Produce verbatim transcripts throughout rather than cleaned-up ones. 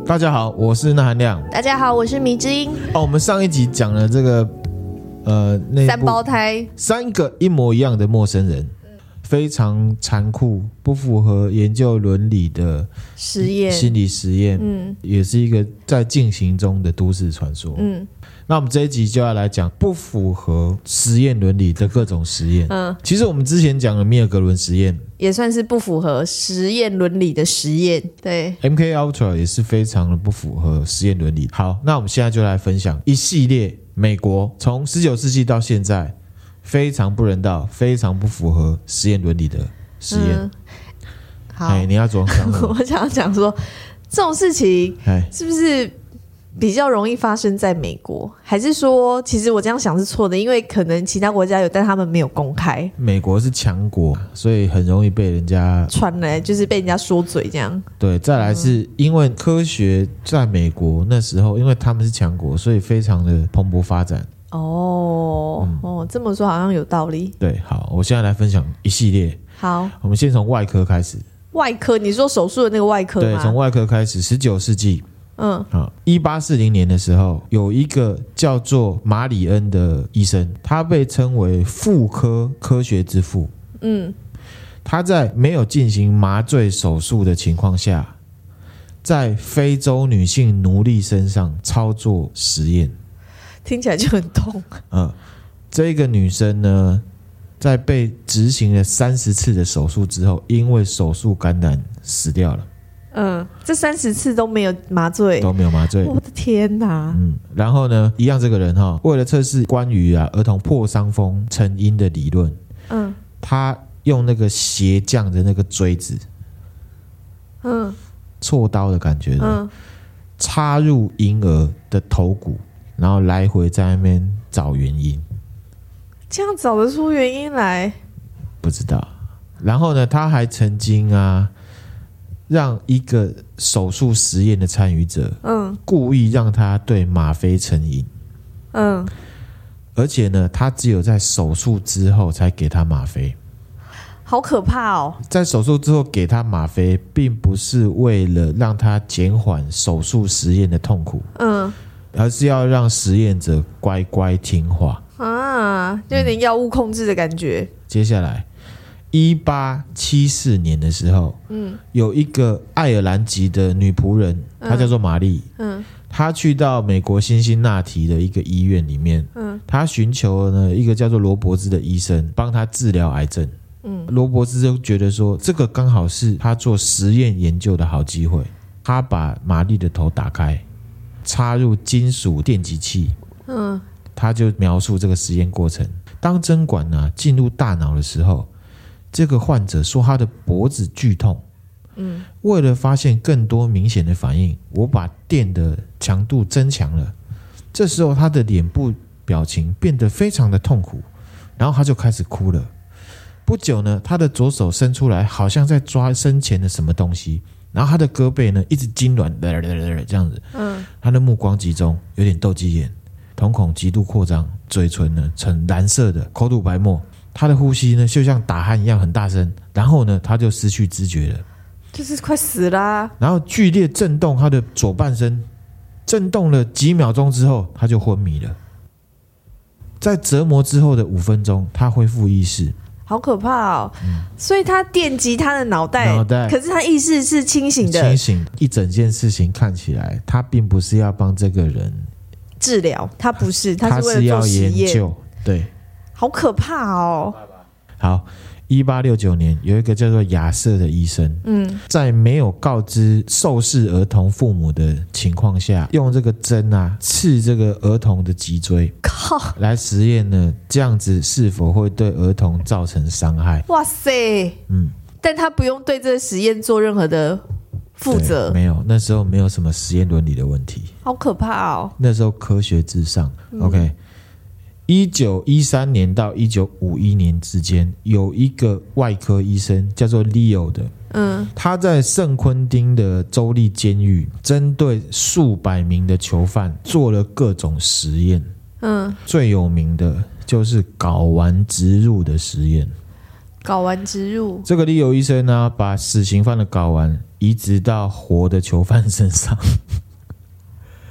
大家好，我是那含亮。 大家好，我是迷之音。 哦，我们上一集讲了这个呃，那三胞胎， 三个一模一样的陌生人，嗯、非常残酷、不符合研究伦理的实验， 心理实验， 嗯， 也是一个在进行中的都市传说，嗯。那我们这一集就要来讲不符合实验伦理的各种实验。嗯，其实我们之前讲的米尔格伦实验也算是不符合实验伦理的实验。对 ，M K Ultra 也是非常的不符合实验伦理。好，那我们现在就来分享一系列美国从十九世纪到现在非常不人道、非常不符合实验伦理的实验。嗯、 好， 哎，你要怎么讲？ 我想要讲说，这种事情是不是比较容易发生在美国，还是说其实我这样想是错的，因为可能其他国家有但他们没有公开。 美国是强国，所以很容易被人家传来，就是被人家说嘴这样。 对，再来是因为科学在美国那时候因为他们是强国，所以非常的蓬勃发展。 哦、嗯、哦，这么说好像有道理。对， 好，我现在来分享一系列。 好， 我们先从外科开始。 外科，你说手术的那个外科吗？ 对，从外科开始。十九世纪嗯， 好，一八四零年的时候，有一个叫做马里恩的医生，他被称为妇科科学之父。嗯，他在没有进行麻醉手术的情况下，在非洲女性奴隶身上操作实验， 听起来就很痛。 嗯，这个女生呢，在被执行了三十次的手术之后，因为手术感染死掉了。 嗯，这三十次都没有麻醉， 都没有麻醉。 我的天哪！ 嗯，然后呢，一样这个人哈、哦，为了测试关于啊儿童破伤风成因的理论，嗯，他用那个鞋匠的那个锥子，嗯，锉刀的感觉的，嗯，插入婴儿的头骨，然后来回在那边找原因。 这样找得出原因来？不知道。然后呢，他还曾经啊。让一个手术实验的参与者，嗯，故意让他对吗啡成瘾，嗯，而且呢，他只有在手术之后才给他吗啡， 好可怕哦！ 在手术之后给他吗啡，并不是为了让他减缓手术实验的痛苦，嗯，而是要让实验者乖乖听话啊，就有点药物控制的感觉。嗯、 接下来。一八七四年的时候，嗯，有一个爱尔兰籍的女仆人，她叫做玛丽，嗯，她去到美国辛辛那提的一个医院里面，嗯，她寻求呢一个叫做罗伯兹的医生帮她治疗癌症，嗯，罗伯兹就觉得说这个刚好是他做实验研究的好机会，他把玛丽的头打开，插入金属电击器，嗯，他就描述这个实验过程。当针管呢、啊、进入大脑的时候。这个患者说他的脖子剧痛，嗯，为了发现更多明显的反应，我把电的强度增强了。这时候他的脸部表情变得非常的痛苦，然后他就开始哭了。不久呢，他的左手伸出来，好像在抓身前的什么东西，然后他的胳背呢一直痉挛，这样子，嗯，他的目光集中，有点斗鸡眼，瞳孔极度扩张，嘴唇呢呈蓝色的，口吐白沫。他的呼吸呢，就像打鼾一样很大声，然后呢，他就失去知觉了， 就是快死啦、啊。 然后剧烈震动他的左半身，震动了几秒钟之后，他就昏迷了。在折磨之后的五分钟，他恢复意识。 好可怕哦！嗯、所以他电击他的脑袋， 脑袋， 可是他意识是清醒的。 清醒，一整件事情看起来，他并不是要帮这个人治疗，他不是，他是为了做实验， 他是要研究，对。 好可怕哦！ 好，一八六九年有一个叫做亚瑟的医生，嗯，在没有告知受试儿童父母的情况下，用这个针啊刺这个儿童的脊椎，靠，来实验呢，这样子是否会对儿童造成伤害？ 哇塞，嗯，但他不用对这个实验做任何的负责， 没有，那时候没有什么实验伦理的问题， 好可怕哦！ 那时候科学至上、嗯、，OK。一九一三年到一九五一年之间，有一个外科医生叫做 Leo 的，嗯，他在圣昆汀的州立监狱针对数百名的囚犯做了各种实验，嗯，最有名的就是睾丸植入的实验。 睾丸植入， 这个 Leo 医生呢，把死刑犯的睾丸移植到活的囚犯身上。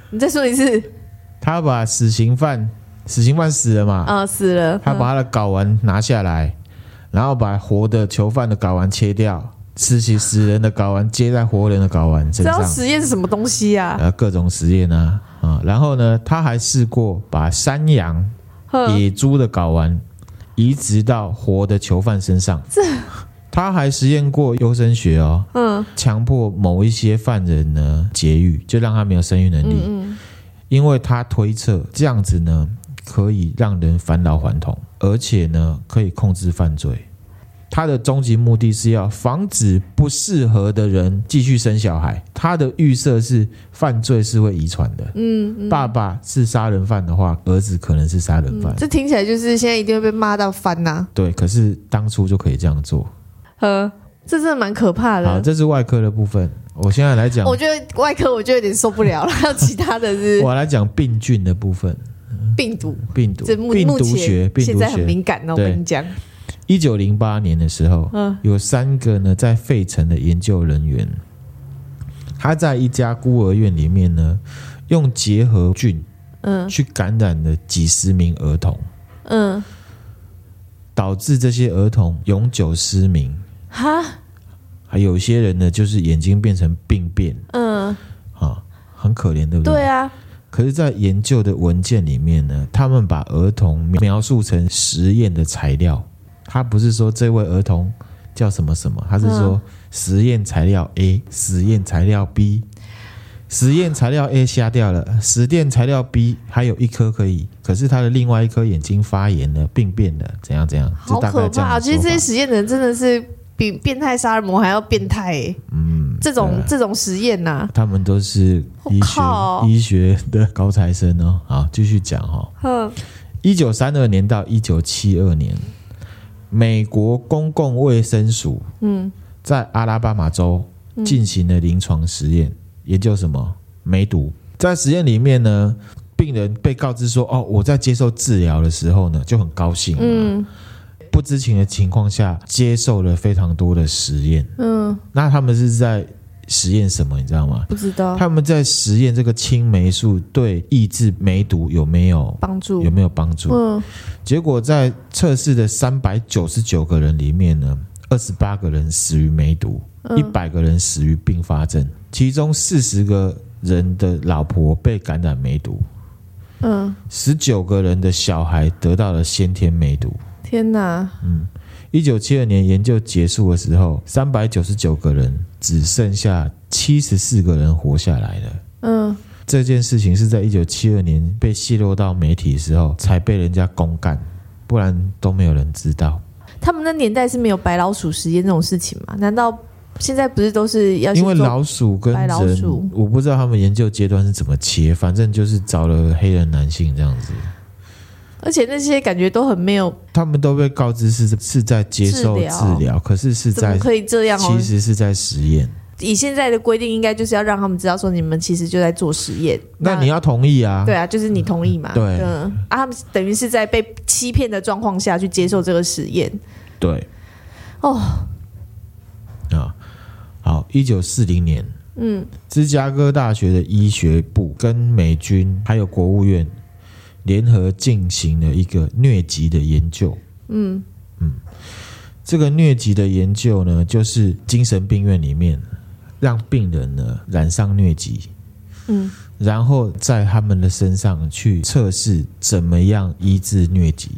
你再说一次。 他把死刑犯，死刑犯死了嘛？ 啊、呃，死了。 他把他的睾丸拿下来，然后把活的囚犯的睾丸切掉，死刑死人的睾丸接在活人的睾丸身上。 这要实验是什么东西啊？ 呃，各种实验啊啊！然后呢，他还试过把山羊、野猪的睾丸移植到活的囚犯身上。这他还实验过优生学哦，嗯，强迫某一些犯人呢节育，就让他没有生育能力。嗯嗯，因为他推测这样子呢，可以让人返老还童，而且呢，可以控制犯罪。他的终极目的是要防止不适合的人继续生小孩。他的预设是犯罪是会遗传的。嗯，嗯，爸爸是杀人犯的话，儿子可能是杀人犯。嗯， 这听起来就是现在一定会被骂到翻呐，啊。 对，可是当初就可以这样做。 呃，这真的蛮可怕的。 好，这是外科的部分。我现在来讲， 我觉得外科我就有点受不了了。还有其他的是， 我来讲病菌的部分。 病毒， 病毒， 这病毒学，病毒学现在很敏感哦。我跟你讲， 一九零八年的时候，嗯，有三个呢在费城的研究人员，他在一家孤儿院里面呢，用结核菌，嗯，去感染了几十名儿童，嗯，导致这些儿童永久失明。哈，还有些人呢，就是眼睛变成病变，嗯，啊，很可怜，对不对？ 对啊。 可是，在研究的文件里面呢，他们把儿童描述成实验的材料。他不是说这位儿童叫什么什么，他是说实验材料 A、实验材料 B。实验材料 A 瞎掉了，实验材料 B 还有一颗可以，可是他的另外一颗眼睛发炎了、病变了，怎样怎样？ 好可怕啊！其实这些实验的人真的是比变态杀人魔还要变态欸。嗯，这种、啊、这种实验呐、啊， 他们都是医学、哦、医学的高材生哦。好，继续讲哈、哦。一九三二年到一九七二年，美国公共卫生署嗯在阿拉巴马州进行了临床实验。研究什么？梅毒。在实验里面呢，病人被告知说：“哦，我在接受治疗的时候呢，就很高兴。”嗯，不知情的情况下，接受了非常多的实验。嗯，那他们是在实验什么？你知道吗？ 不知道。 他们在实验这个青霉素对抑制梅毒有没有帮助？ 有没有帮助？嗯，结果在测试的三百九十九个人里面呢，二十八个人死于梅毒。一百个人死于并发症，其中四十个人的老婆被感染梅毒，嗯，十九个人的小孩得到了先天梅毒。 天哪！ 嗯，一九七二年研究结束的时候，三百九十九个人只剩下七十四个人活下来了。嗯，这件事情是在一九七二年被泄露到媒体的时候才被人家公干，不然都没有人知道。 他们那年代是没有白老鼠实验这种事情吗？难道？现在不是都是要因为老鼠跟人，我不知道他们研究阶段是怎么切，反正就是找了黑人男性这样子。 而且那些感觉都很没有， 他们都被告知是是在接受治疗，可是是在怎么可以这样、哦？ 其实是在实验。 以现在的规定，应该就是要让他们知道说，你们其实就在做实验。 那, 那你要同意啊？ 对啊，就是你同意嘛？ 对， 嗯啊，他们等于是在被欺骗的状况下去接受这个实验。 对，哦，啊。好，一九四零年，嗯，芝加哥大学的医学部跟美军还有国务院联合进行了一个疟疾的研究。嗯嗯，这个疟疾的研究呢，就是精神病院里面让病人呢染上疟疾，嗯，然后在他们的身上去测试怎么样医治疟疾。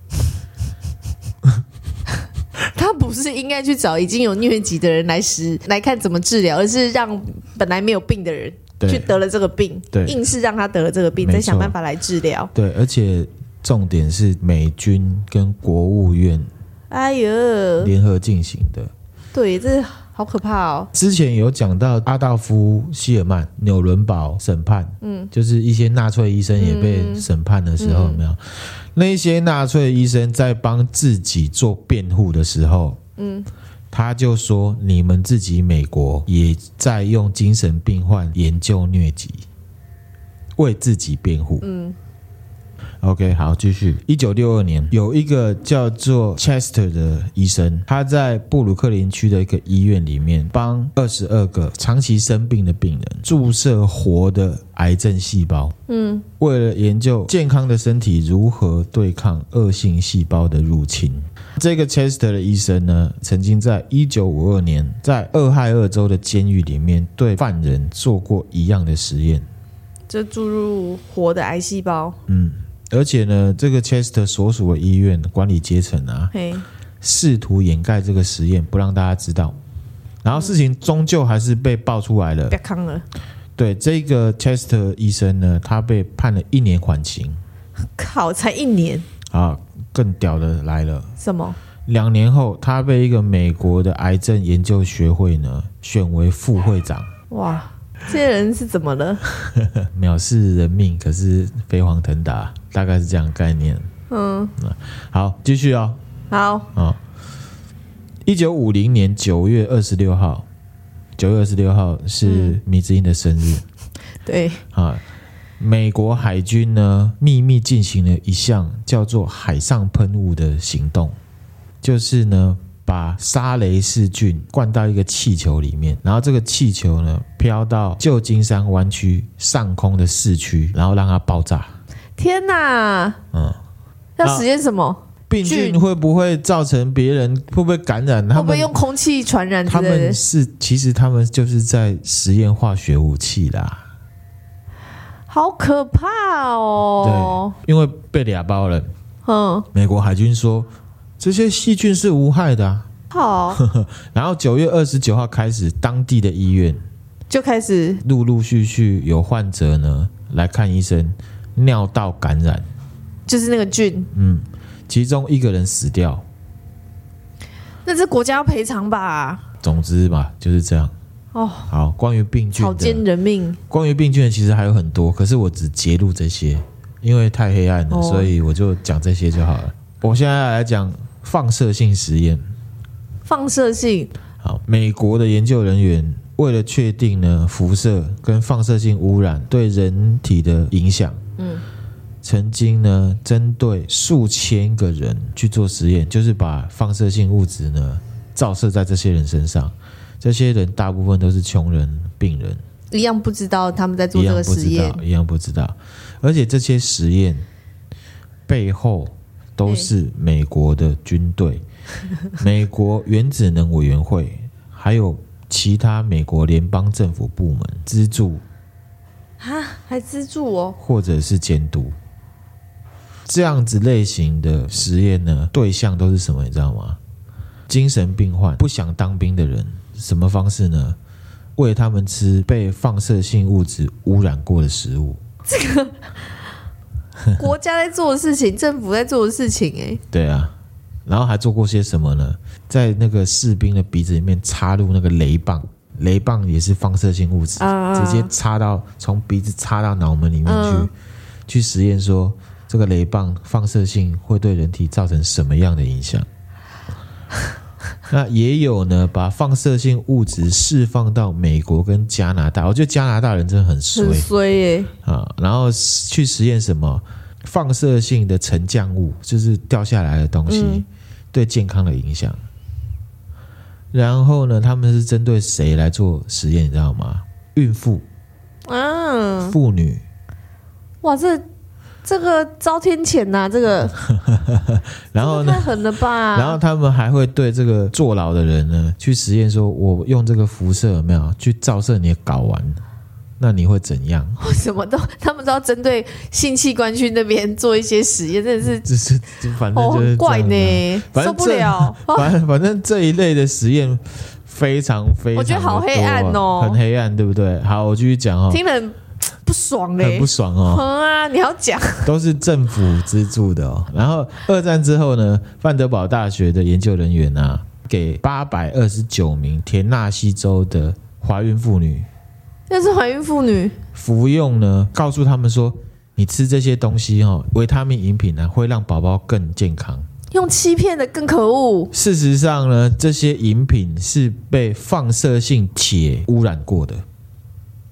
他不是应该去找已经有疟疾的人来实来看怎么治疗，而是让本来没有病的人去得了这个病，硬是让他得了这个病，再想办法来治疗。 对，而且重点是美军跟国务院，哎呦，联合进行的。 对，这好可怕哦。 之前有讲到阿道夫·希尔曼纽伦堡审判，嗯，就是一些纳粹医生也被审判的时候，嗯、有没有？那些纳粹医生在帮自己做辩护的时候，嗯，他就说：“你们自己美国也在用精神病患研究疟疾，为自己辩护。”嗯， OK， 好，继续。一九六二年，有一个叫做 Chester 的医生，他在布鲁克林区的一个医院里面，帮二十二个长期生病的病人注射活的癌症细胞。嗯，为了研究健康的身体如何对抗恶性细胞的入侵。这个 Chester 的医生呢，曾经在一九五二年在俄亥俄州的监狱里面对犯人做过一样的实验， 就注入活的癌细胞。 嗯。而且呢，这个 Chester 所属的医院管理阶层啊，试图掩盖这个实验，不让大家知道。然后事情终究还是被爆出来了。 被坑了。 对，这个 Chester 医生呢，他被判了一年缓刑。 靠，才一年啊！更屌的来了。 什么？ 两年后，他被一个美国的癌症研究学会呢选为副会长。 哇！这些人是怎么了？ 藐视人命，可是飞黄腾达，大概是这样的概念。嗯，好，继续哦。 好。 哦，一九五零年九月二十六号，九月二十六号是米之音的生日。嗯、 对。 啊，美国海军呢秘密进行了一项叫做海上喷雾的行动，就是呢。把沙雷氏菌灌到一个气球里面，然后这个气球呢飘到旧金山湾区上空的市区，然后让它爆炸。 天哪！嗯，要实验什么？ 病菌会不会造成别人？会不会感染？ 会不会用空气传染之类的？ 他们是其实他们就是在实验化学武器啦。 好可怕哦！ 对，因为被俩包了。嗯，美国海军说。这些细菌是无害的啊。 好， 然后九月二十九号开始，当地的医院就开始陆陆续续有患者呢来看医生，尿道感染， 就是那个菌。 嗯，其中一个人死掉。 那这国家要赔偿吧？ 总之嘛，就是这样。哦，好，关于病菌的， 草菅人命。 关于病菌的其实还有很多，可是我只揭露这些，因为太黑暗了，哦、所以我就讲这些就好了。我现在来讲。放射性实验， 放射性好，美国的研究人员为了确定呢辐射跟放射性污染对人体的影响，嗯，曾经呢针对数千个人去做实验，就是把放射性物质呢照射在这些人身上，这些人大部分都是穷人、病人， 一样不知道他们在做这个实验， 一样不知道，而且这些实验背后。都是美国的军队、美国原子能委员会，还有其他美国联邦政府部门资助啊，还资助哦， 或者是监督。这样子类型的实验呢，对象都是什么？你知道吗？精神病患、不想当兵的人，什么方式呢？喂他们吃被放射性物质污染过的食物。 这个。国家在做的事情，政府在做的事情、欸，哎， 对啊，然后还做过些什么呢？在那个士兵的鼻子里面插入那个雷棒，雷棒也是放射性物质，啊、直接插到从鼻子插到脑门里面去，嗯、去实验说这个雷棒放射性会对人体造成什么样的影响。那也有呢，把放射性物质释放到美国跟加拿大，我觉得加拿大人真的很衰， 很衰耶、欸、 啊！然后去实验什么放射性的沉降物，就是掉下来的东西、嗯、对健康的影响。然后呢，他们是针对谁来做实验，你知道吗？孕妇啊，妇女。 哇，这这个遭天谴呐、啊！这个， 然后呢？ 太狠了吧！ 然后他们还会对这个坐牢的人呢，去实验说，我用这个辐射有没有去照射你的睾丸，那你会怎样？ 什么都，他们都要针对性器官区那边做一些实验，真的是， 只是反正就是、哦、 怪呢，受不了。 反正反正这一类的实验非常非常的多、啊， 我觉得好黑暗哦， 很黑暗，对不对？好，我继续讲哦， 听了。不爽嘞、欸， 很不爽哦。 嗯啊，你要讲， 都是政府资助的哦。然后二战之后呢，范德堡大学的研究人员啊，给八百二十九名田纳西州的怀孕妇女， 那是怀孕妇女服用呢，告诉他们说，你吃这些东西哦，维他命饮品呢、啊，会让宝宝更健康。 用欺骗的更可恶。 事实上呢，这些饮品是被放射性铁污染过的。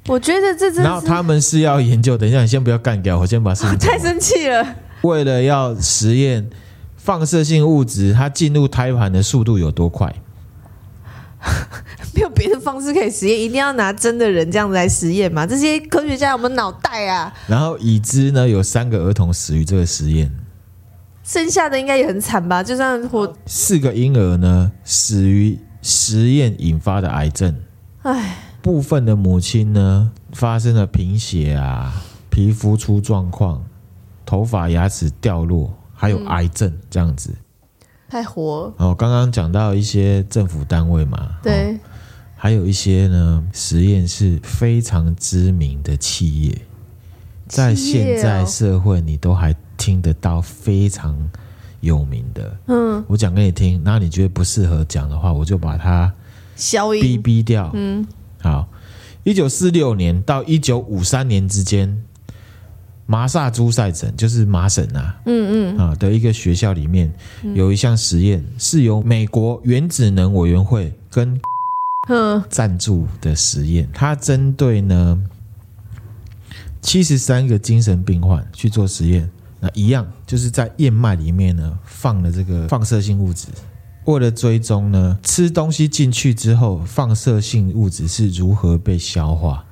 我觉得这真的是， 然后他们是要研究，等一下你先不要干掉，我先把事情讲完。 太生气了。 为了要实验放射性物质它进入胎盘的速度有多快， 没有别的方式可以实验，一定要拿真的人这样子来实验嘛？这些科学家有没有脑袋啊？ 然后已知呢有三个儿童死于这个实验， 剩下的应该也很惨吧？就算活四个婴儿呢死于实验引发的癌症。 唉， 部分的母亲呢发生了贫血啊、皮肤出状况、头发牙齿掉落，还有癌症这样子。 太活了。 哦，刚刚讲到一些政府单位嘛， 对。 哦，还有一些呢实验是非常知名的企业，在现在社会你都还听得到非常有名的。嗯，我讲给你听，那你觉得不适合讲的话，我就把它消音逼逼掉。嗯，好，一九四六年到一九五三年之间，麻萨诸塞省就是麻省啊，嗯嗯啊的一个学校里面有一项实验，是由美国原子能委员会跟赞助的实验，它针对呢七十三个精神病患去做实验，那一样就是在燕麦里面呢放了这个放射性物质，为了追踪呢吃东西进去之后放射性物质是如何被消化。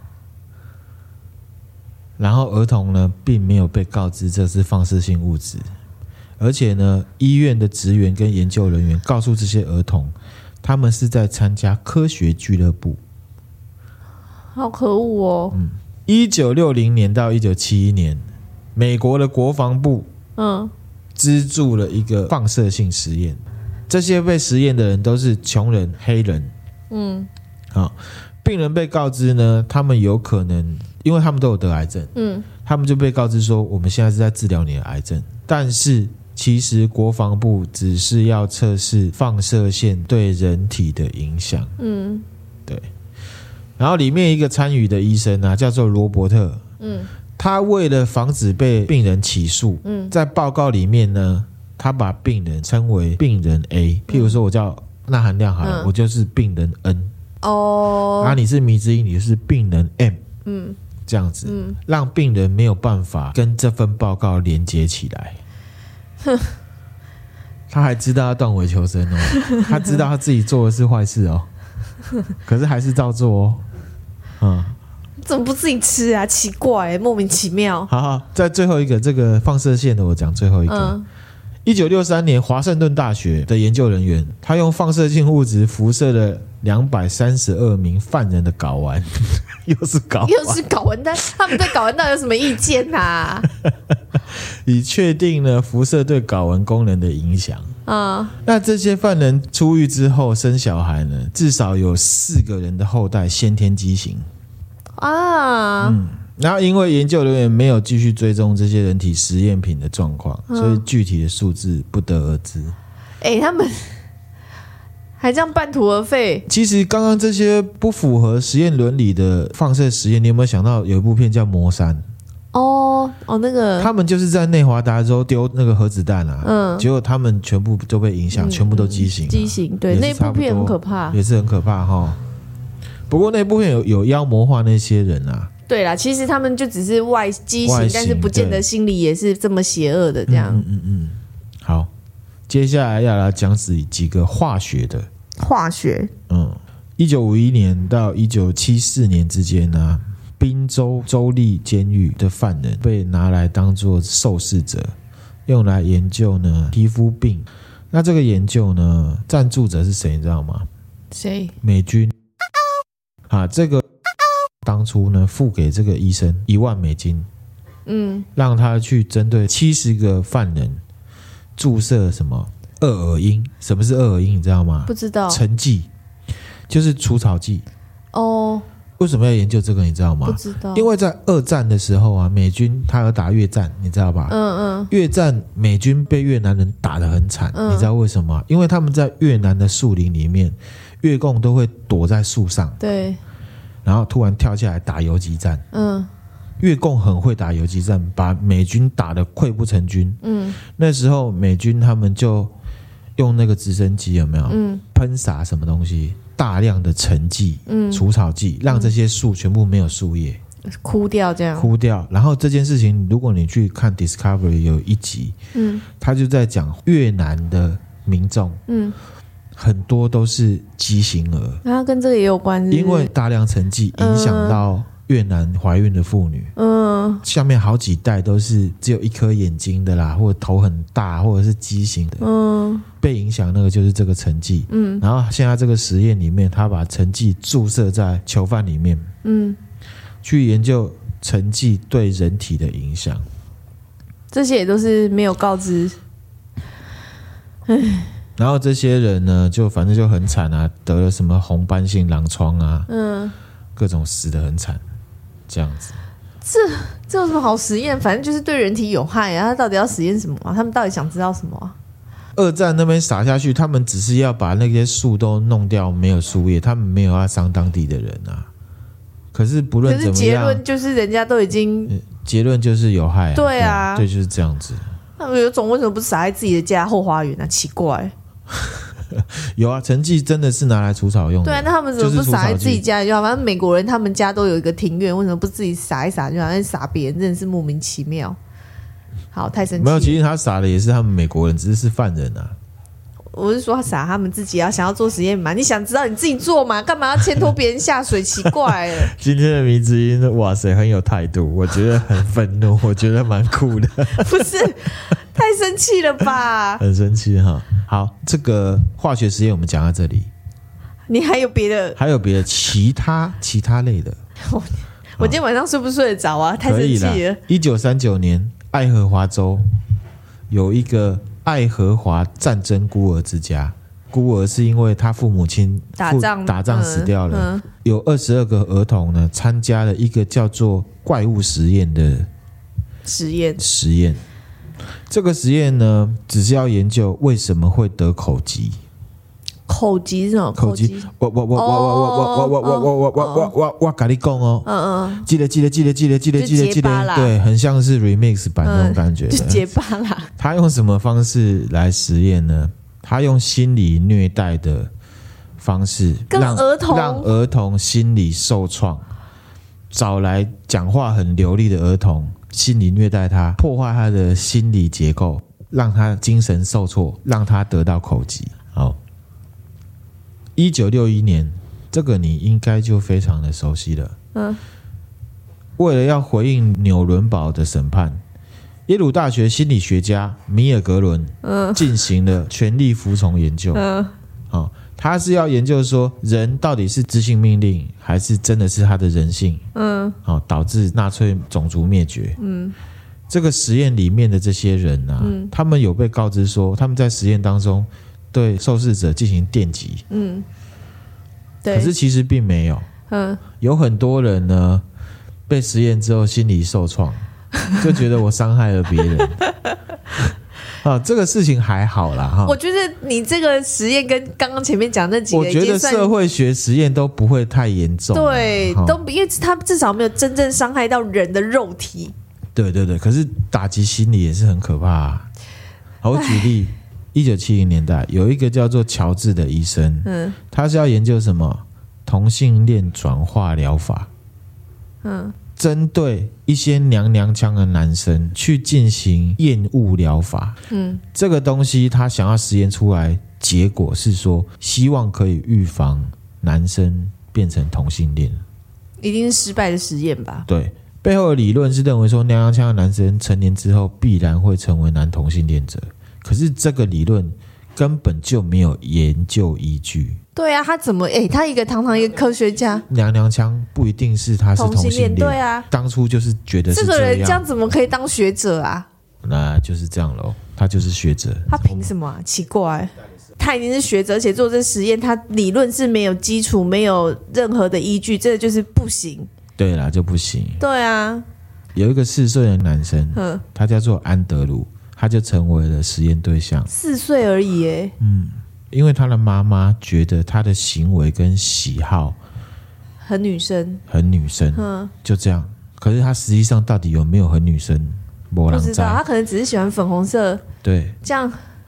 然后儿童呢并没有被告知这是放射性物质，而且呢医院的职员跟研究人员告诉这些儿童，他们是在参加科学俱乐部。 好可恶哦。嗯， 一九六零年到一九七一年，美国的国防部嗯资助了一个放射性实验，这些被实验的人都是穷人、黑人。嗯，好，病人被告知呢，他们有可能，因为他们都有得癌症，嗯，他们就被告知说，我们现在是在治疗你的癌症，但是其实国防部只是要测试放射线对人体的影响。嗯，对。然后里面一个参与的医生啊，叫做罗伯特。嗯，他为了防止被病人起诉，嗯，在报告里面呢，他把病人称为病人 A。譬如说，我叫钠含量好了，嗯，我就是病人 N。哦，啊，你是迷之音，你是病人 M。嗯，这样子，嗯，让病人没有办法跟这份报告连接起来。他还知道要断尾求生哦，他知道他自己做的是坏事哦，可是还是照做哦。嗯， 怎么不自己吃啊？奇怪，莫名其妙。 好好，在最后一个这个放射线的，我讲最后一个。一九六三年，华盛顿大学的研究人员，他用放射性物质辐射了两百三十二名犯人的睾丸，又是睾丸， 又是睾丸，但他们对睾丸到底有什么意见啊？ 以确定呢辐射对睾丸功能的影响。啊，那这些犯人出狱之后生小孩呢，至少有四个人的后代先天畸形啊。嗯，然后因为研究人员没有继续追踪这些人体实验品的状况，嗯，所以具体的数字不得而知。 哎，欸，他们还这样半途而废。 其实刚刚这些不符合实验伦理的放射实验，你有没有想到有一部片叫《魔山》？ 哦哦，那个他们就是在内华达州丢那个核子弹啊，嗯，结果他们全部都被影响，嗯，全部都畸形，啊， 畸形，对，那部片很可怕， 也是很可怕哈。不过那部片有有妖魔化那些人啊。 对啦，其实他们就只是外畸形，但是不见得心里也是这么邪恶的这样。 嗯嗯嗯。好，接下来要来讲几几个化学的。 化学。嗯， 一九五一年到一九七四年之间呢，啊，宾州州立监狱的犯人被拿来当作受试者，用来研究呢皮肤病。那这个研究呢，赞助者是谁？你知道吗？ 谁？ 美军。啊，这个。当初呢，付给这个医生一万美金，嗯，让他去针对七十个犯人注射什么二恶英？什么是二恶英？你知道吗？ 不知道。 橙剂就是除草剂。哦，为什么要研究这个？你知道吗？ 不知道。 因为在二战的时候啊，美军他有打越战，你知道吧？嗯嗯。越战美军被越南人打得很惨，嗯，你知道为什么？因为他们在越南的树林里面，越共都会躲在树上。 对。 然后突然跳下来打游击战，嗯，越共很会打游击战，把美军打得溃不成军。嗯，那时候美军他们就用那个直升机有没有？嗯，喷洒什么东西， 大量的沉剂、嗯、除草剂，让这些树全部没有树叶， 枯掉这样， 枯掉。然后这件事情，如果你去看 Discovery 有一集，嗯，他就在讲越南的民众，嗯，很多都是畸形儿， 那跟这个也有关是不是？ 因为大量沉剂影响到越南怀孕的妇女，嗯，下面好几代都是只有一颗眼睛的啦，或者头很大，或者是畸形的，嗯，被影响那个就是这个沉剂，嗯，然后现在这个实验里面，他把沉剂注射在囚犯里面，嗯，去研究沉剂对人体的影响， 这些也都是没有告知， 唉。然后这些人呢，就反正就很惨啊，得了什么红斑性狼疮啊，嗯，各种死得很惨，这样子。 这这有什么好实验？反正就是对人体有害啊！他到底要实验什么啊？他们到底想知道什么啊？ 二战那边撒下去，他们只是要把那些树都弄掉，没有树叶，他们没有要伤当地的人啊。可是不论怎么样，可是结论就是人家都已经、 呃、结论就是有害、啊。 对啊， 对，就是这样子。 那有种为什么不撒在自己的家后花园啊？奇怪。 有啊，沉剂真的是拿来除草用的。 对啊，那他们怎么不撒在自己家里就好？反正美国人他们家都有一个庭院，为什么不自己撒一撒就好？但撒别人真的是莫名其妙。好，太生气了。 没有，其实他撒的也是他们美国人，只是是犯人啊。 我是说他撒他们自己要想要做实验嘛？你想知道你自己做嘛？干嘛要牵拖别人下水？奇怪了。今天的迷之音，哇塞，很有态度，我觉得很愤怒，我觉得蛮酷的。 不是，太生气了吧？ 很生气哈。好，这个化学实验我们讲到这里。 你还有别的？ 还有别的其他其他类的？ 我, 我今天晚上睡不睡得着啊？太生气了。 一九三九年，爱荷华州有一个爱荷华战争孤儿之家，孤儿是因为他父母亲打仗打仗死掉了，嗯嗯、有二十二个儿童呢参加了一个叫做怪物实验的实验实验。这个实验呢，只是要研究为什么会得口疾。 口疾是什么？ 口疾，我我我我我我我我我我我我我我跟你讲哦，嗯嗯，记得记得记得记得记得记得记得，对，很像是 remix 版那种感觉的， 就结巴啦。 他用什么方式来实验呢？他用心理虐待的方式， 让儿童让儿童心理受创，找来讲话很流利的儿童。心理虐待他，破坏他的心理结构，让他精神受挫，让他得到口疾。好，一九六一年，这个你应该就非常的熟悉了。嗯，为了要回应纽伦堡的审判，耶鲁大学心理学家米尔格伦嗯进行了全力服从研究。嗯，好。他是要研究说人到底是执行命令还是真的是他的人性，嗯，好、哦、导致纳粹种族灭绝。嗯，这个实验里面的这些人啊、嗯，他们有被告知说他们在实验当中对受试者进行电击，嗯，对，可是其实并没有，嗯，有很多人呢被实验之后心理受创，就觉得我伤害了别人。啊，这个事情还好啦哈。 我觉得你这个实验跟刚刚前面讲那几个， 我觉得社会学实验都不会太严重。 对，都因为他至少没有真正伤害到人的肉体。 对对对，可是打击心理也是很可怕啊。好，我举例，一九七零年代有一个叫做乔治的医生，嗯，他是要研究什么同性恋转化疗法，嗯。针对一些娘娘腔的男生去进行厌恶疗法，嗯，这个东西他想要实验出来，结果是说希望可以预防男生变成同性恋， 一定是失败的实验吧？ 对，背后的理论是认为说娘娘腔的男生成年之后必然会成为男同性恋者，可是这个理论根本就没有研究依据。 对啊，他怎么哎？他一个堂堂一个科学家， 娘娘腔不一定是他是同性恋， 对啊， 当初就是觉得是这样，这个人这样怎么可以当学者啊？ 那就是这样咯，他就是学者， 他凭什么啊？奇怪，他已经是学者，而且做这实验，他理论是没有基础，没有任何的依据，这个就是不行。 对啦，就不行。 对啊， 有一个四岁的男生，嗯，他叫做安德鲁，他就成为了实验对象。 四岁而已耶， 嗯。因为他的妈妈觉得他的行为跟喜好很女生， 很女生，嗯，就这样。可是他实际上到底有没有很女生？不知道，他可能只是喜欢粉红色。 对， 这样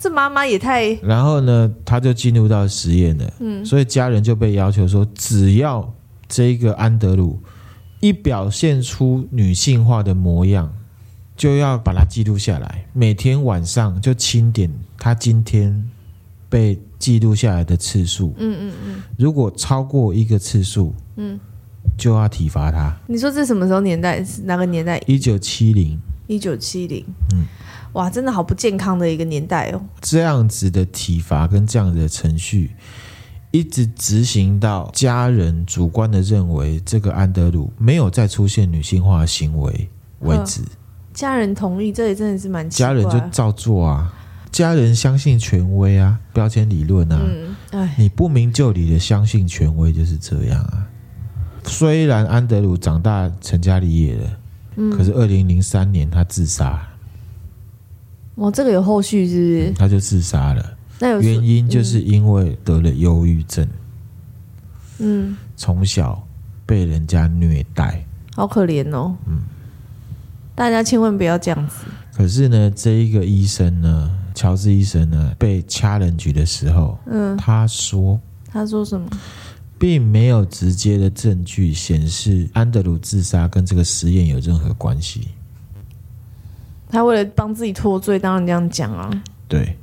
这妈妈也太…… 然后呢，他就进入到实验了。嗯，所以家人就被要求说，只要这个安德鲁一表现出女性化的模样，就要把它记录下来，每天晚上就清点他今天被记录下来的次数。嗯嗯嗯，如果超过一个次数，嗯，就要体罚他。你说这什么时候年代？哪个年代？ 一九七零。 一九七零。嗯。哇，真的好不健康的一个年代哦！ 这样子的体罚跟这样的程序，一直执行到家人主观的认为这个安德鲁没有再出现女性化的行为为止。 家人同意，这也真的是蛮奇怪的。 家人就照做啊，家人相信权威啊，标签理论啊。嗯，你不明就里的相信权威就是这样啊。虽然安德鲁长大成家立业了，嗯、可是二零零三年他自杀。 哦，这个有后续是不是？ 嗯、他就自杀了。 那有原因就是因为得了忧郁症。嗯，从小被人家虐待， 好可怜哦。嗯，大家千万不要这样子。 可是呢，这一个医生呢，乔治医生呢，被掐人局的时候，嗯，他说， 他说什么？ 并没有直接的证据显示安德鲁自杀跟这个实验有任何关系。 他为了帮自己脱罪，当然这样讲啊。 对，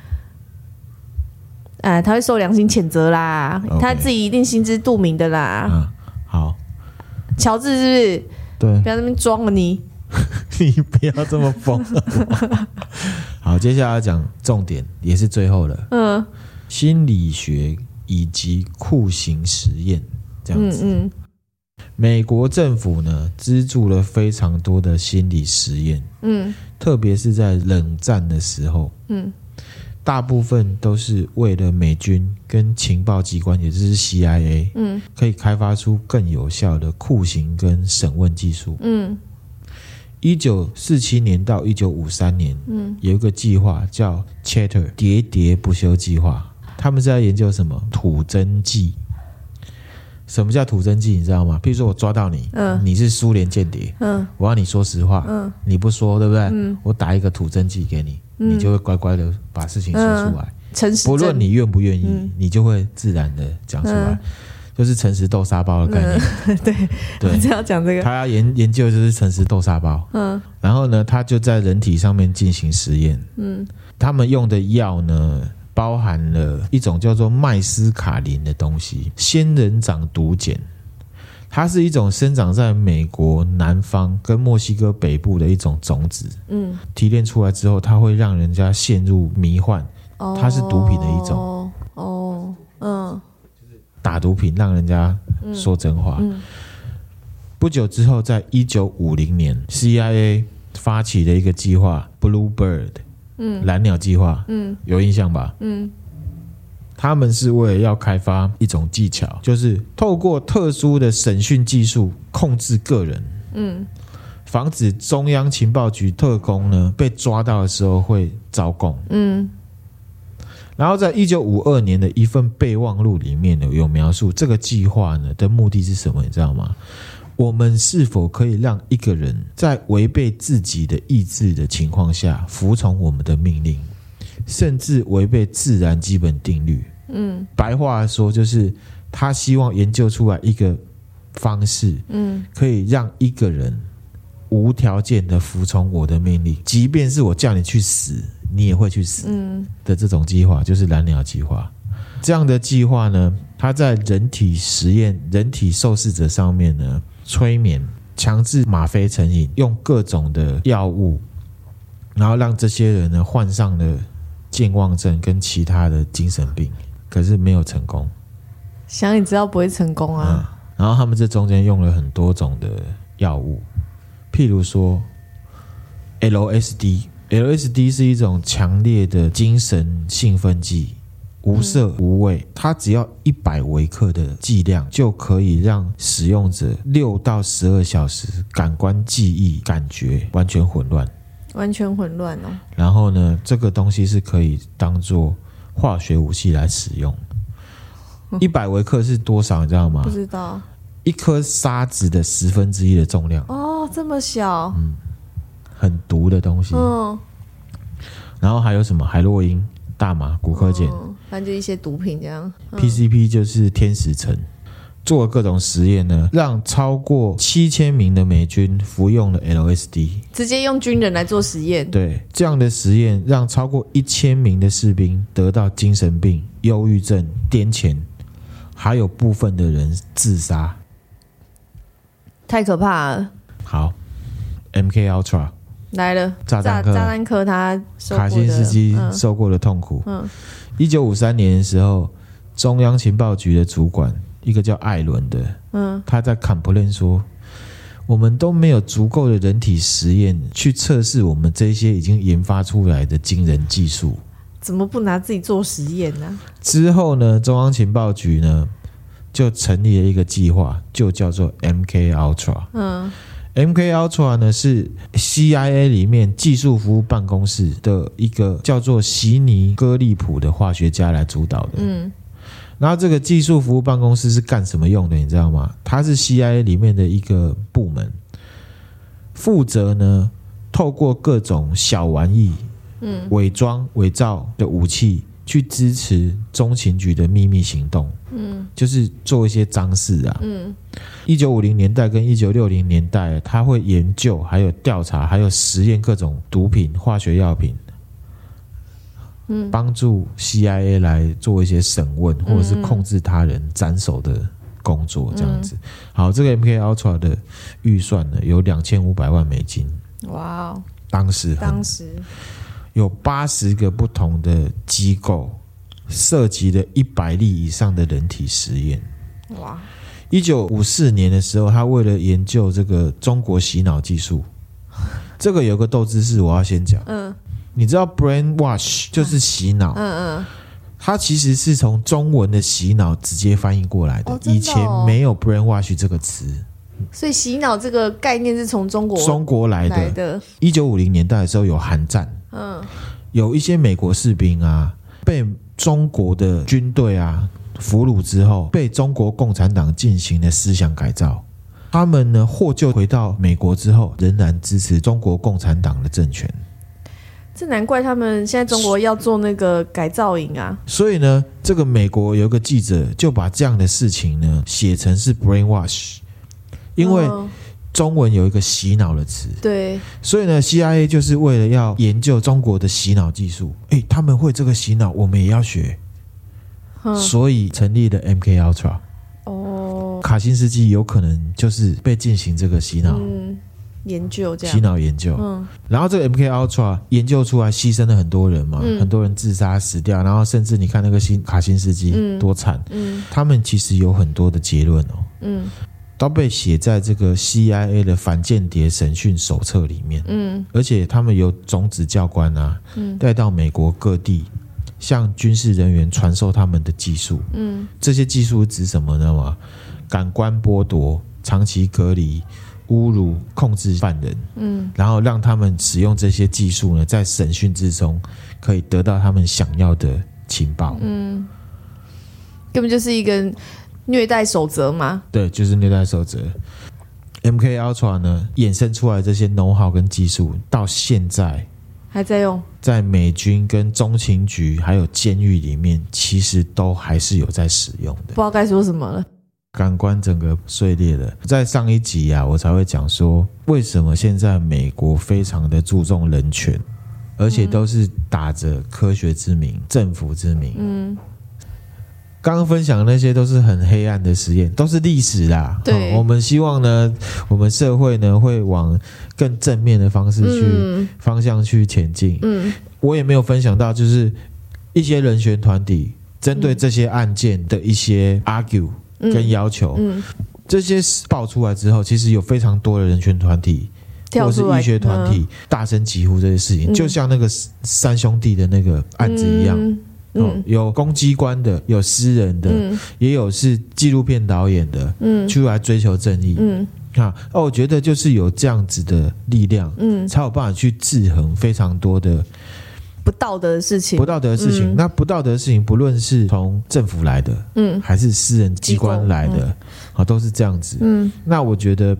哎，他会受良心谴责啦， okay. 他自己一定心知肚明的啦。 嗯，好， 乔治是不是？ 对， 不要在那边装了你， 你不要这么疯。好，接下来要讲重点，也是最后了。嗯，心理学以及酷刑实验这样子。嗯嗯。美国政府呢，资助了非常多的心理实验，嗯，特别是在冷战的时候，嗯，大部分都是为了美军跟情报机关，也就是 C I A， 嗯，可以开发出更有效的酷刑跟审问技术，嗯，一九四七年到一九五三年，嗯，有一个计划叫 Chatter 喋喋不休计划，他们是在研究什么？土侦计。什么叫土侦计？你知道吗？譬如说我抓到你，嗯、你是苏联间谍，嗯、我要你说实话，嗯、你不说，对不对？嗯、我打一个土侦计给你，嗯、你就会乖乖的把事情说出来， 诚实、嗯， 不论你愿不愿意，嗯、你就会自然的讲出来，嗯、就是诚实豆沙包的概念。 嗯、对对，我就要讲这个。 他要研研究就是诚实豆沙包，嗯，然后呢，他就在人体上面进行实验，嗯，他们用的药呢，包含了一种叫做麦斯卡林的东西，仙人掌毒碱，它是一种生长在美国南方跟墨西哥北部的一种种子。嗯，提炼出来之后，它会让人家陷入迷幻，哦、它是毒品的一种。哦，嗯，打毒品让人家说真话。嗯嗯、不久之后，在一九五零年 ，C I A 发起的一个计划 ，Bluebird。嗯，蓝鸟计划，嗯，有印象吧？嗯，他们是为了要开发一种技巧，就是透过特殊的审讯技术控制个人，嗯，防止中央情报局特工呢被抓到的时候会招供，嗯。然后在一九五二年的一份备忘录里面呢，有描述这个计划呢的目的是什么，你知道吗？我们是否可以让一个人在违背自己的意志的情况下服从我们的命令，甚至违背自然基本定律？嗯，白话说就是他希望研究出来一个方式，嗯，可以让一个人无条件的服从我的命令，即便是我叫你去死，你也会去死的这种计划，就是蓝鸟计划。这样的计划呢，它在人体实验、人体受试者上面呢，催眠、强制吗啡成瘾，用各种的药物，然后让这些人呢患上了健忘症跟其他的精神病，可是没有成功。 想也知道不会成功啊。 嗯、然后他们这中间用了很多种的药物，譬如说 L S D，L S D 是一种强烈的精神兴奋剂。无色无味，它只要一百微克的剂量就可以让使用者六到十二小时感官记忆感觉完全混乱， 完全混乱哦。 然后呢，这个东西是可以当做化学武器来使用。一百微克是多少？你知道吗？ 不知道。 一颗沙子的十分之一的重量。 哦，这么小。 嗯，很毒的东西。嗯。然后还有什么？海洛因。 大麻、古柯碱、 哦，反正就一些毒品这样。 嗯、P C P 就是天使橙。做了各种实验呢，让超过七千名的美军服用了 L S D， 直接用军人来做实验。 对，这样的实验让超过一千名的士兵得到精神病、忧郁症、癫痫，还有部分的人自杀。 太可怕了。 好 ，M K Ultra 来了， 炸弹客， 炸弹客他受过的卡辛斯基受过的痛苦。嗯，一九五三年的时候，中央情报局的主管。一个叫艾伦的，嗯，他在 complain 说，我们都没有足够的人体实验去测试我们这些已经研发出来的惊人技术， 怎么不拿自己做实验呢？ 之后呢，中央情报局呢就成立了一个计划，就叫做 M K Ultra。嗯 ，M K Ultra 呢是 C I A 里面技术服务办公室的一个叫做席尼戈利普的化学家来主导的。嗯。然后这个技术服务办公室是干什么用的你知道吗？它是 C I A 里面的一个部门，负责呢透过各种小玩意、嗯，伪装伪造的武器去支持中情局的秘密行动，嗯，就是做一些脏事啊，嗯。一九五零年代跟一九六零年代，他会研究、还有调查、还有实验各种毒品、化学药品。嗯，帮助 C I A 来做一些审问或者是控制他人斩首的工作这样子。嗯、好，这个 M K Ultra 的预算呢有两千五百万美金。哇哦！当时当时有八十个不同的机构，涉及了一百例以上的人体实验。哇！一九五四年的时候，他为了研究这个中国洗脑技术，这个有个斗知识我要先讲。嗯。你知道 brainwash 就是洗脑，嗯嗯，它其实是从中文的洗脑直接翻译过来的，哦、真的哦，以前没有 brainwash 这个词， 所以洗脑这个概念是从中国中国来的。来的一九五零年代的时候有韩战，嗯，有一些美国士兵啊被中国的军队啊俘虏之后，被中国共产党进行了思想改造。他们呢获救回到美国之后，仍然支持中国共产党的政权。 这难怪他们现在中国要做那个改造营啊！ 所以呢，这个美国有一个记者就把这样的事情呢写成是 brainwash， 因为中文有一个洗脑的词，对，所以呢 C I A 就是为了要研究中国的洗脑技术，诶，他们会这个洗脑，我们也要学，所以成立了 M K Ultra。哦，卡辛斯基有可能就是被进行这个洗脑。嗯， 研究这样洗脑研究，嗯，然后这个 M K Ultra 研究出来，牺牲了很多人嘛，嗯、很多人自杀死掉，然后甚至你看那个辛卡辛斯基、嗯、多惨，嗯，他们其实有很多的结论哦，嗯，都被写在这个 C I A 的反间谍审讯手册里面，嗯，而且他们有种子教官啊，嗯，带到美国各地，向军事人员传授他们的技术，嗯，这些技术指什么呢嘛？感官剥夺、长期隔离。侮辱、控制犯人，嗯，然后让他们使用这些技术呢，在审讯之中可以得到他们想要的情报，嗯， 根本就是一个虐待守则嘛， 对，就是虐待守则。M K Ultra 呢，衍生出来这些 know-how 跟技术，到现在还在用， 在美军跟中情局还有监狱里面，其实都还是有在使用的， 不知道该说什么了。 感官整个碎裂了。在上一集啊，我才会讲说，为什么现在美国非常的注重人权，而且都是打着科学之名、政府之名。嗯，刚刚分享的那些都是很黑暗的实验，都是历史啦。对、哦，我们希望呢，我们社会呢会往更正面的方式去、嗯、方向去前进。嗯，我也没有分享到，就是一些人权团体针对这些案件的一些 argue。跟要求、嗯嗯、这些爆出来之后，其实有非常多的人权团体或是医学团体大声疾呼这些事情、嗯、就像那个三兄弟的那个案子一样、嗯嗯哦、有公机关的，有私人的、嗯、也有是纪录片导演的、嗯、出来追求正义、嗯啊哦、我觉得就是有这样子的力量、嗯、才有办法去制衡非常多的不道德的事情， 不道德的事情、嗯、那不道德的事情不论是从政府来的、嗯、还是私人机关来的、嗯啊、都是这样子、嗯、那我觉得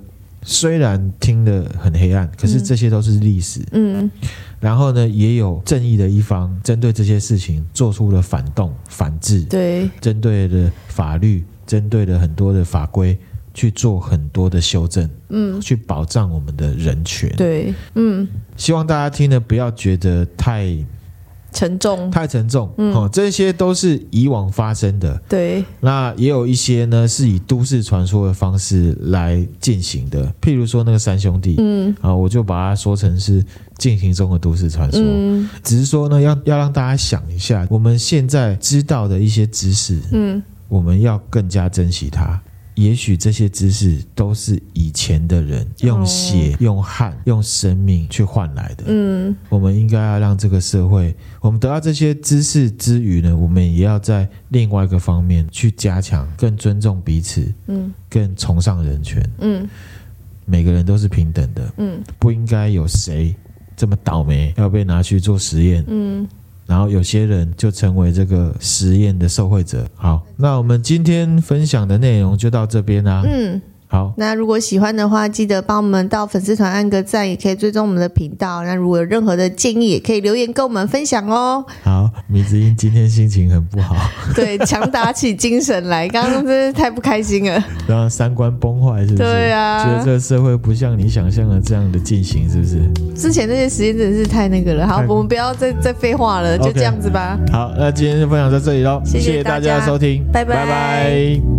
虽然听得很黑暗，可是这些都是历史。嗯，然后呢，也有正义的一方针对这些事情做出了反动、反制， 对， 针对了法律，针对了很多的法规去做很多的修正，嗯，去保障我们的人权。 对，嗯， 希望大家听了不要觉得太沉重， 太沉重，嗯，哦，这些都是以往发生的， 对。 那也有一些呢是以都市传说的方式来进行的，譬如说那个三兄弟，嗯，啊，我就把它说成是进行中的都市传说，嗯，只是说呢，要要让大家想一下，我们现在知道的一些知识，嗯，我们要更加珍惜它。也许这些知识都是以前的人用血、哦、用汗、用生命去换来的。嗯，我们应该要让这个社会，我们得到这些知识之余呢，我们也要在另外一个方面去加强，更尊重彼此，嗯，更崇尚人权。嗯，每个人都是平等的。嗯，不应该有谁这么倒霉要被拿去做实验。嗯。然后有些人就成为这个实验的受惠者。好，那我们今天分享的内容就到这边啦。嗯，好， 那如果喜欢的话，记得帮我们到粉丝团按个赞，也可以追踪我们的频道。那如果有任何的建议，也可以留言跟我们分享哦。 好，米子英今天心情很不好， 对，强打起精神来，刚刚真是太不开心了， 然后三观崩坏是不是？ 对啊， 觉得这个社会不像你想象的这样的进行，是不是？ 之前那些实验真的是太那个了。好，我们不要再再废话了，就这样子吧。 好，那今天就分享到这里咯，谢谢大家的收听， 拜拜。 拜拜。